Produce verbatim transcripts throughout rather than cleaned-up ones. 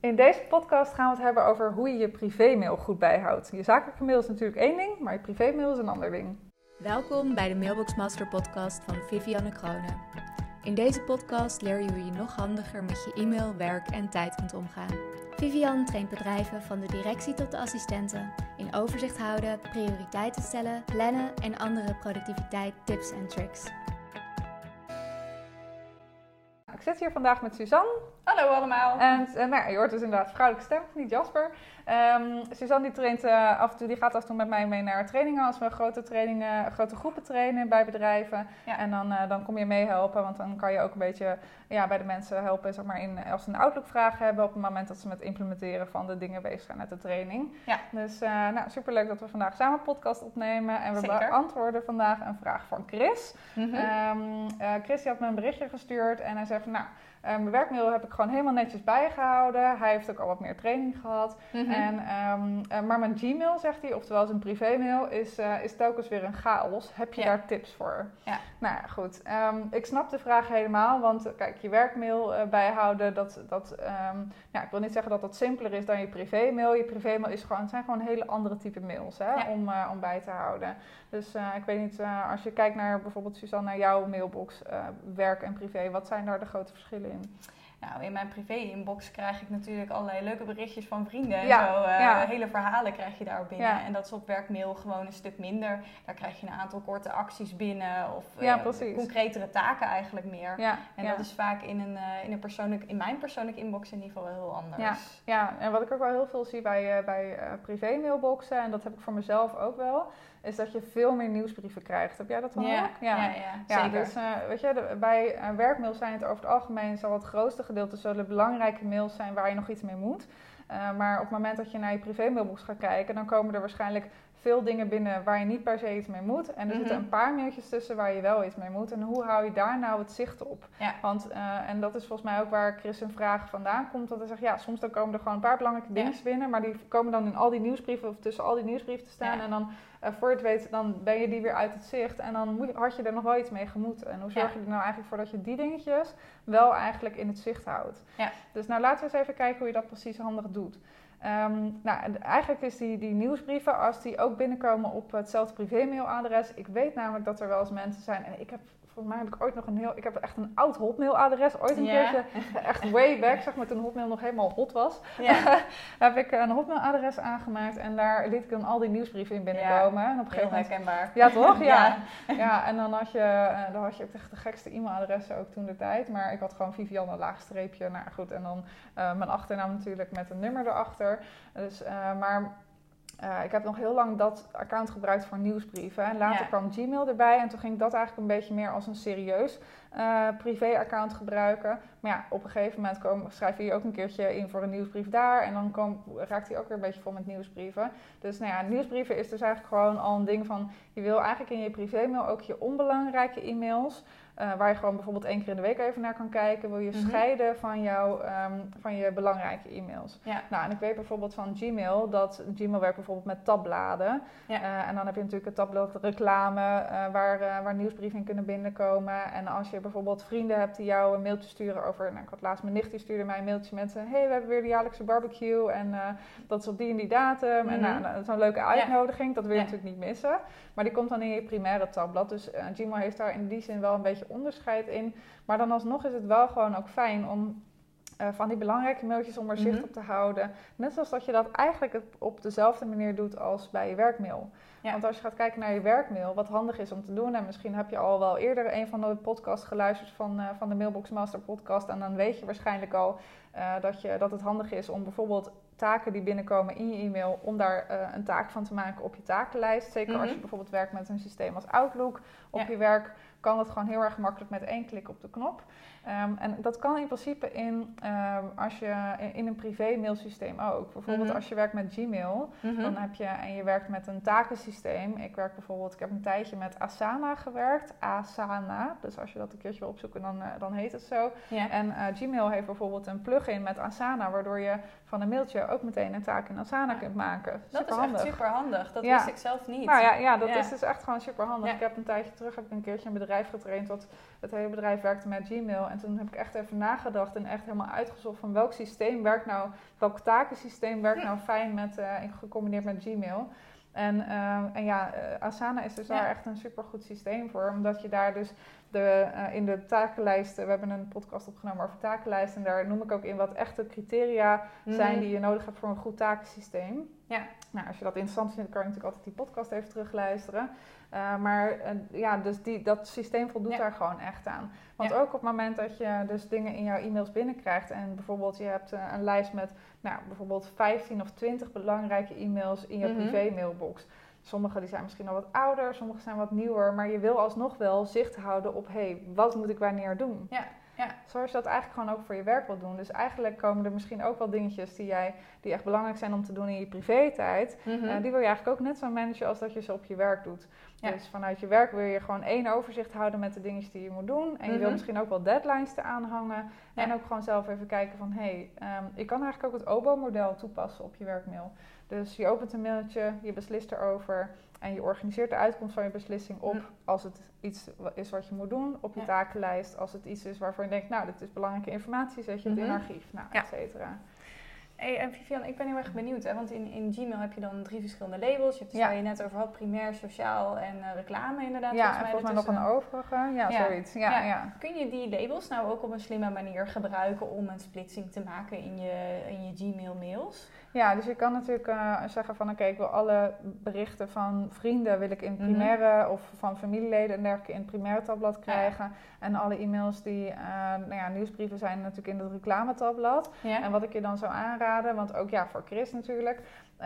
In deze podcast gaan we het hebben over hoe je je privémail goed bijhoudt. Je zakelijke mail is natuurlijk één ding, maar je privémail is een ander ding. Welkom bij de Mailbox Master podcast van Vivianne Kroonen. In deze podcast leer je hoe je nog handiger met je e-mail, werk en tijd kunt omgaan. Vivianne traint bedrijven van de directie tot de assistenten in overzicht houden, prioriteiten stellen, plannen en andere productiviteit tips en tricks. Ik zit hier vandaag met Suzanne. Hallo allemaal. En uh, nou, je hoort dus inderdaad vrouwelijke stem, niet Jasper. Um, Suzanne die traint uh, af en toe, die gaat af en toe met mij mee naar trainingen als we grote trainingen, grote groepen trainen bij bedrijven. Ja. En dan, uh, dan kom je meehelpen, want dan kan je ook een beetje ja, bij de mensen helpen, zeg maar, in, als ze een Outlook-vraag hebben op het moment dat ze met implementeren van de dingen bezig zijn uit de training. Ja. Dus uh, nou, superleuk dat we vandaag samen een podcast opnemen. En we Zeker. beantwoorden vandaag een vraag van Chris. Mm-hmm. um, uh, Chris die had me een berichtje gestuurd en hij zei van nou, Uh, mijn werkmail heb ik gewoon helemaal netjes bijgehouden. Hij heeft ook al wat meer training gehad. Mm-hmm. En, um, uh, maar mijn Gmail, zegt hij, oftewel zijn privémail, is, uh, is telkens weer een chaos. Heb je ja. daar tips voor? Ja. Nou ja, goed. Um, ik snap de vraag helemaal. Want uh, kijk, je werkmail uh, bijhouden, dat, dat um, ja, ik wil niet zeggen dat dat simpeler is dan je privémail. Je privémail is gewoon, het zijn gewoon hele andere type mails hè, ja. om, uh, om bij te houden. Dus uh, ik weet niet, uh, als je kijkt naar bijvoorbeeld Suzanne, naar jouw mailbox, uh, werk en privé, wat zijn daar de grote verschillen in? Nou, in mijn privé-inbox krijg ik natuurlijk allerlei leuke berichtjes van vrienden en ja, zo. Uh, ja. Hele verhalen krijg je daar binnen. Ja. En dat is op werkmail gewoon een stuk minder. Daar krijg je een aantal korte acties binnen of ja, uh, concretere taken eigenlijk meer. Ja, en ja. dat is vaak in, een, uh, in, een persoonlijk, in mijn persoonlijke inbox in ieder geval wel heel anders. Ja, ja. En wat ik ook wel heel veel zie bij, uh, bij uh, privé-mailboxen, en dat heb ik voor mezelf ook wel, is dat je veel meer nieuwsbrieven krijgt. Heb jij dat dan ja, ook? Ja, ja, ja, ja zeker. Dus uh, weet je, de, bij uh, werkmail zijn het over het algemeen, zal het grootste gedeelte zullen belangrijke mails zijn waar je nog iets mee moet. Uh, maar op het moment dat je naar je privé-mailbox gaat kijken, dan komen er waarschijnlijk veel dingen binnen waar je niet per se iets mee moet. En er mm-hmm. zitten een paar mailtjes tussen waar je wel iets mee moet. En hoe hou je daar nou het zicht op? Ja. Want, uh, en dat is volgens mij ook waar Chris een vraag vandaan komt. Dat hij zegt, ja, soms dan komen er gewoon een paar belangrijke dingen ja. binnen. Maar die komen dan in al die nieuwsbrieven of tussen al die nieuwsbrieven te staan. Ja. En dan, uh, voor je het weet, dan ben je die weer uit het zicht. En dan moet, had je er nog wel iets mee gemoeten. En hoe zorg ja. je er nou eigenlijk voor dat je die dingetjes wel eigenlijk in het zicht houdt? Ja. Dus nou, laten we eens even kijken hoe je dat precies handig doet. Um, nou, eigenlijk is die, die nieuwsbrieven, als die ook binnenkomen op hetzelfde privémailadres. Ik weet namelijk dat er wel eens mensen zijn, en ik heb, volgens mij heb ik ooit nog een heel, ik heb echt een oud Hotmail-adres, ooit een ja. keertje, echt way back, zeg maar, toen Hotmail nog helemaal hot was, ja. heb ik een Hotmail-adres aangemaakt en daar liet ik dan al die nieuwsbrieven in binnenkomen. Ja, en op een gegeven moment, herkenbaar. Ja, toch? Ja. ja. ja, en dan had je, uh, dan had je ook echt de gekste e-mailadressen ook toen de tijd, maar ik had gewoon Vivianne een laagstreepje, nou goed, en dan uh, mijn achternaam natuurlijk met een nummer erachter. Dus, uh, maar uh, ik heb nog heel lang dat account gebruikt voor nieuwsbrieven. En later ja. kwam Gmail erbij en toen ging ik dat eigenlijk een beetje meer als een serieus uh, privé-account gebruiken. Maar ja, op een gegeven moment kom, schrijf je ook een keertje in voor een nieuwsbrief daar. En dan kom, raakt hij ook weer een beetje vol met nieuwsbrieven. Dus nou ja, nieuwsbrieven is dus eigenlijk gewoon al een ding van, je wil eigenlijk in je privémail ook je onbelangrijke e-mails, Uh, waar je gewoon bijvoorbeeld één keer in de week even naar kan kijken, wil je mm-hmm. scheiden van, jouw, um, van je belangrijke e-mails. Ja. Nou, en ik weet bijvoorbeeld van Gmail, dat Gmail werkt bijvoorbeeld met tabbladen. Ja. Uh, en dan heb je natuurlijk het tabblad reclame, uh, waar, uh, waar nieuwsbrieven in kunnen binnenkomen. En als je bijvoorbeeld vrienden hebt die jou een mailtje sturen over, nou, ik had laatst mijn nicht, die stuurde mij een mailtje met, hé, hey, we hebben weer de jaarlijkse barbecue en uh, dat is op die en die datum. Mm-hmm. En nou, zo'n leuke uitnodiging, ja. dat wil je ja. natuurlijk niet missen. Maar die komt dan in je primaire tabblad. Dus uh, Gmail heeft daar in die zin wel een beetje onderscheid in. Maar dan alsnog is het wel gewoon ook fijn om uh, van die belangrijke mailtjes om er zicht mm-hmm. op te houden. Net zoals dat je dat eigenlijk op dezelfde manier doet als bij je werkmail. Ja. Want als je gaat kijken naar je werkmail, wat handig is om te doen, en misschien heb je al wel eerder een van de podcasts geluisterd van, uh, van de Mailbox Master podcast, en dan weet je waarschijnlijk al uh, dat, je, dat het handig is om bijvoorbeeld taken die binnenkomen in je e-mail, om daar uh, een taak van te maken op je takenlijst. Zeker mm-hmm. als je bijvoorbeeld werkt met een systeem als Outlook op ja. je werk, kan dat gewoon heel erg makkelijk met één klik op de knop. Um, en dat kan in principe in, um, als je, in, in een privé mailsysteem ook. Bijvoorbeeld mm-hmm. als je werkt met Gmail, mm-hmm. dan heb je, en je werkt met een takensysteem. Ik werk bijvoorbeeld, ik heb een tijdje met Asana gewerkt. Asana, dus als je dat een keertje wil opzoeken, dan, uh, dan heet het zo. Yeah. En uh, Gmail heeft bijvoorbeeld een plugin met Asana, waardoor je van een mailtje ook meteen een taak in Asana ja. kunt maken. Dat super is handig. echt super handig. Dat ja. wist ik zelf niet. Nou ja, ja dat ja. is dus echt gewoon super handig. Ja. Ik heb een tijdje terug heb ik een keertje een bedrijf bedrijf getraind wat het hele bedrijf werkte met Gmail. En toen heb ik echt even nagedacht en echt helemaal uitgezocht van welk systeem werkt nou, welk takensysteem werkt nou fijn met, uh, gecombineerd met Gmail. En, uh, en ja, uh, Asana is dus ja. daar echt een supergoed systeem voor. Omdat je daar dus de, uh, in de takenlijsten... We hebben een podcast opgenomen over takenlijsten. En daar noem ik ook in wat echte criteria mm-hmm. zijn die je nodig hebt voor een goed takensysteem. Ja. Nou, als je dat interessant vindt, kan je natuurlijk altijd die podcast even terugluisteren. Uh, maar uh, ja, dus die, dat systeem voldoet ja. daar gewoon echt aan. Want ja. ook op het moment dat je dus dingen in jouw e-mails binnenkrijgt... en bijvoorbeeld je hebt uh, een lijst met nou, bijvoorbeeld vijftien of twintig belangrijke e-mails in je mm-hmm. privé mailbox. Sommige die zijn misschien al wat ouder, sommige zijn wat nieuwer. Maar je wil alsnog wel zicht houden op, hé, hey, wat moet ik wanneer doen? Ja. Ja. Zoals je dat eigenlijk gewoon ook voor je werk wil doen. Dus eigenlijk komen er misschien ook wel dingetjes die, jij, die echt belangrijk zijn om te doen in je privé-tijd. Mm-hmm. Uh, die wil je eigenlijk ook net zo managen als dat je ze op je werk doet. Ja. Dus vanuit je werk wil je gewoon één overzicht houden met de dingetjes die je moet doen. En je mm-hmm. wil misschien ook wel deadlines te aanhangen. Ja. En ook gewoon zelf even kijken van, hé, hey, um, je kan eigenlijk ook het O B O-model toepassen op je werkmail. Dus je opent een mailtje, je beslist erover en je organiseert de uitkomst van je beslissing op mm. als het iets is wat je moet doen op je ja. takenlijst. Als het iets is waarvan je denkt, nou, dit is belangrijke informatie, zet je het mm-hmm. in archief, nou, ja. et cetera. Hey, en Vivian, ik ben heel erg benieuwd, hè? Want in, in Gmail heb je dan drie verschillende labels. Je hebt dus ja. waar je net over had, primair, sociaal en uh, reclame inderdaad. Ja, volgens mij, en volgens mij nog een overige, ja, ja. zoiets. Ja, ja. Ja. Kun je die labels nou ook op een slimme manier gebruiken om een splitsing te maken in je, in je Gmail mails? Ja, dus je kan natuurlijk uh, zeggen van, oké, okay, ik wil alle berichten van vrienden wil ik in primaire mm-hmm. of van familieleden en dergelijke in het primaire tabblad krijgen. Ja. En alle e-mails die, uh, nou ja, nieuwsbrieven zijn natuurlijk in het reclame-tabblad. Ja. En wat ik je dan zou aanraden, want ook ja, voor Chris natuurlijk.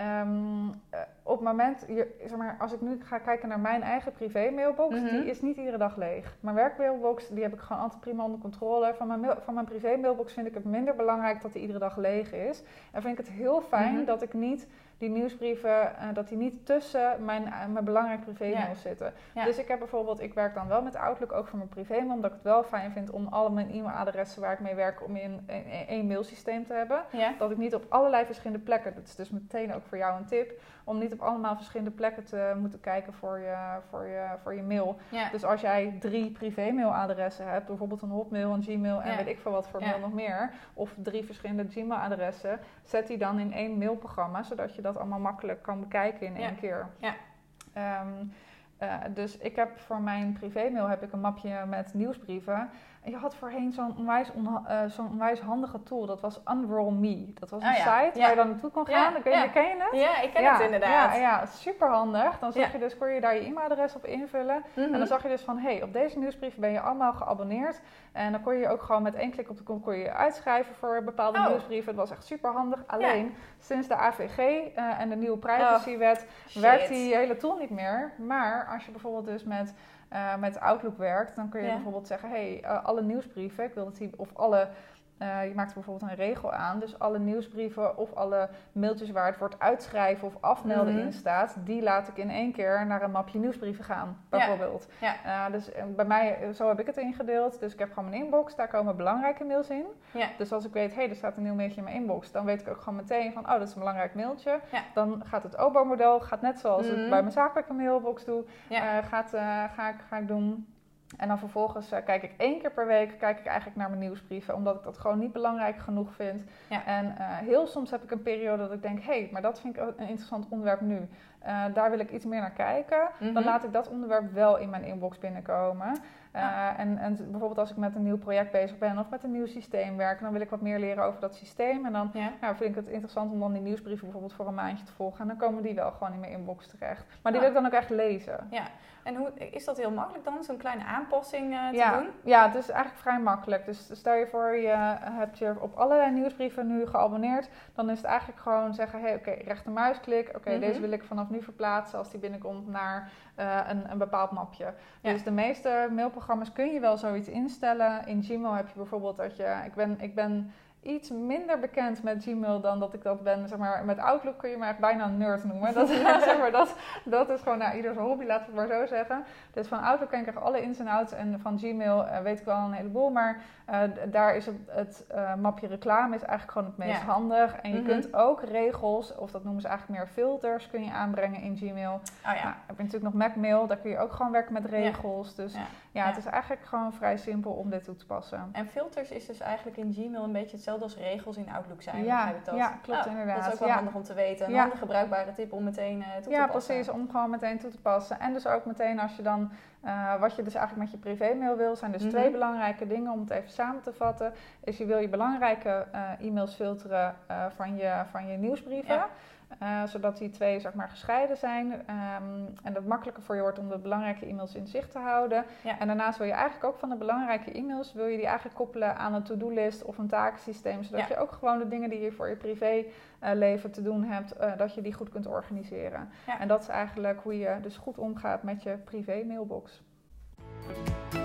Um, uh, op het moment, je, zeg maar, als ik nu ga kijken naar mijn eigen privé-mailbox, mm-hmm. die is niet iedere dag leeg. Mijn werk-mailbox, die heb ik gewoon altijd prima onder controle. Van mijn, mail, van mijn privé-mailbox vind ik het minder belangrijk dat die iedere dag leeg is. En vind ik het heel fijn mm-hmm. dat ik niet die nieuwsbrieven, uh, dat die niet tussen mijn, uh, mijn belangrijke privé-mails ja. zitten. Ja. Dus ik heb bijvoorbeeld, ik werk dan wel met Outlook, ook voor mijn privé-mail, omdat ik het wel fijn vind om alle mijn e-mailadressen waar ik mee werk, om in één mailsysteem te hebben. Ja. Dat ik niet op allerlei verschillende plekken, dat is dus meteen ook voor jou een tip, om niet op allemaal verschillende plekken te moeten kijken voor je, voor je, voor je mail. Ja. Dus als jij drie privé-mailadressen hebt, bijvoorbeeld een Hotmail, een Gmail en ja. weet ik veel wat voor ja. mail nog meer, of drie verschillende Gmail-adressen, zet die dan in één mailprogramma, zodat je dat allemaal makkelijk kan bekijken in één ja. keer. Ja. Um, uh, dus ik heb voor mijn privé-mail heb ik een mapje met nieuwsbrieven. En je had voorheen zo'n onwijs, onha- uh, zo'n onwijs handige tool. Dat was Unroll Me. Dat was een oh, ja. site ja. waar je dan naartoe kon gaan. Ja. Ken, je, ja. ken je het? Ja, ik ken ja. het inderdaad. Ja, ja, super handig. Dan zag ja. je dus, kon je daar je e-mailadres op invullen. Mm-hmm. En dan zag je dus van, hé, hey, op deze nieuwsbrief ben je allemaal geabonneerd. En dan kon je ook gewoon met één klik op de knop kon je uitschrijven voor bepaalde oh. nieuwsbrieven. Het was echt super handig. Alleen, ja. sinds de A V G uh, en de nieuwe privacywet oh, werkt die hele tool niet meer. Maar als je bijvoorbeeld dus met... Uh, met Outlook werkt, dan kun je ja. bijvoorbeeld zeggen, hé, hey, uh, alle nieuwsbrieven, ik wil dat die, of alle, uh, je maakt er bijvoorbeeld een regel aan, dus alle nieuwsbrieven of alle mailtjes waar het woord uitschrijven of afmelden mm-hmm. in staat, die laat ik in één keer naar een mapje nieuwsbrieven gaan, bijvoorbeeld. Ja. Ja. Uh, dus uh, bij mij, zo heb ik het ingedeeld, dus ik heb gewoon mijn inbox, daar komen belangrijke mails in. Ja. Dus als ik weet, hé, hey, er staat een nieuw mailtje in mijn inbox, dan weet ik ook gewoon meteen van, oh, dat is een belangrijk mailtje. Ja. Dan gaat het O B O-model, gaat net zoals mm-hmm. ik bij mijn zakelijke mailbox doe, ja. uh, gaat, uh, ga, ik, ga ik doen. En dan vervolgens uh, kijk ik één keer per week kijk ik eigenlijk naar mijn nieuwsbrieven, omdat ik dat gewoon niet belangrijk genoeg vind. Ja. En uh, heel soms heb ik een periode dat ik denk, hé, hey, maar dat vind ik een interessant onderwerp nu. Uh, daar wil ik iets meer naar kijken. Mm-hmm. Dan laat ik dat onderwerp wel in mijn inbox binnenkomen. Uh, ah. en, en bijvoorbeeld als ik met een nieuw project bezig ben of met een nieuw systeem werk, dan wil ik wat meer leren over dat systeem. En dan ja. nou, vind ik het interessant om dan die nieuwsbrieven bijvoorbeeld voor een maandje te volgen. En dan komen die wel gewoon in mijn inbox terecht. Maar die ah. wil ik dan ook echt lezen. Ja. En hoe, is dat heel makkelijk dan, zo'n kleine aanpassing uh, te ja. doen? Ja, het is eigenlijk vrij makkelijk. Dus stel je voor, je hebt je op allerlei nieuwsbrieven nu geabonneerd. Dan is het eigenlijk gewoon zeggen, hé, hey, oké, okay, rechtermuisklik. Oké, okay, mm-hmm. deze wil ik vanaf nu verplaatsen als die binnenkomt naar uh, een, een bepaald mapje. Ja. Dus de meeste mailprogramma's kun je wel zoiets instellen. In Gmail heb je bijvoorbeeld dat je, ik ben, ik ben iets minder bekend met Gmail dan dat ik dat ben. Zeg maar, met Outlook kun je me echt bijna een nerd noemen. Dat, zeg maar, dat, dat is gewoon nou, ieder zijn hobby, laten we het maar zo zeggen. Dus van Outlook ken ik echt alle ins en outs. En van Gmail uh, weet ik wel een heleboel. Maar uh, daar is het, het uh, mapje reclame is eigenlijk gewoon het meest ja. handig. En je mm-hmm. kunt ook regels, of dat noemen ze eigenlijk meer filters, kun je aanbrengen in Gmail. Oh, ja. Nou, heb je natuurlijk nog Macmail, daar kun je ook gewoon werken met regels. Ja. Dus ja, het is eigenlijk gewoon vrij simpel om dit toe te passen. En filters is dus eigenlijk in Gmail een beetje hetzelfde als regels in Outlook zijn. Ja, ik dat. ja klopt oh, inderdaad. Dat is ook wel ja. handig om te weten. Een ja. handige gebruikbare tip om meteen uh, toe ja, te passen. Ja, precies. Om gewoon meteen toe te passen. En dus ook meteen als je dan, uh, wat je dus eigenlijk met je privémail wil, zijn dus mm-hmm. twee belangrijke dingen om het even samen te vatten. Is je wil je belangrijke uh, e-mails filteren uh, van, je, van je nieuwsbrieven. Ja. Uh, zodat die twee zeg maar gescheiden zijn um, en dat het makkelijker voor je wordt om de belangrijke e-mails in zicht te houden. Ja. En daarnaast wil je eigenlijk ook van de belangrijke e-mails, wil je die eigenlijk koppelen aan een to-do-list of een takensysteem, zodat ja. je ook gewoon de dingen die je voor je privéleven uh, te doen hebt, uh, dat je die goed kunt organiseren. Ja. En dat is eigenlijk hoe je dus goed omgaat met je privé mailbox.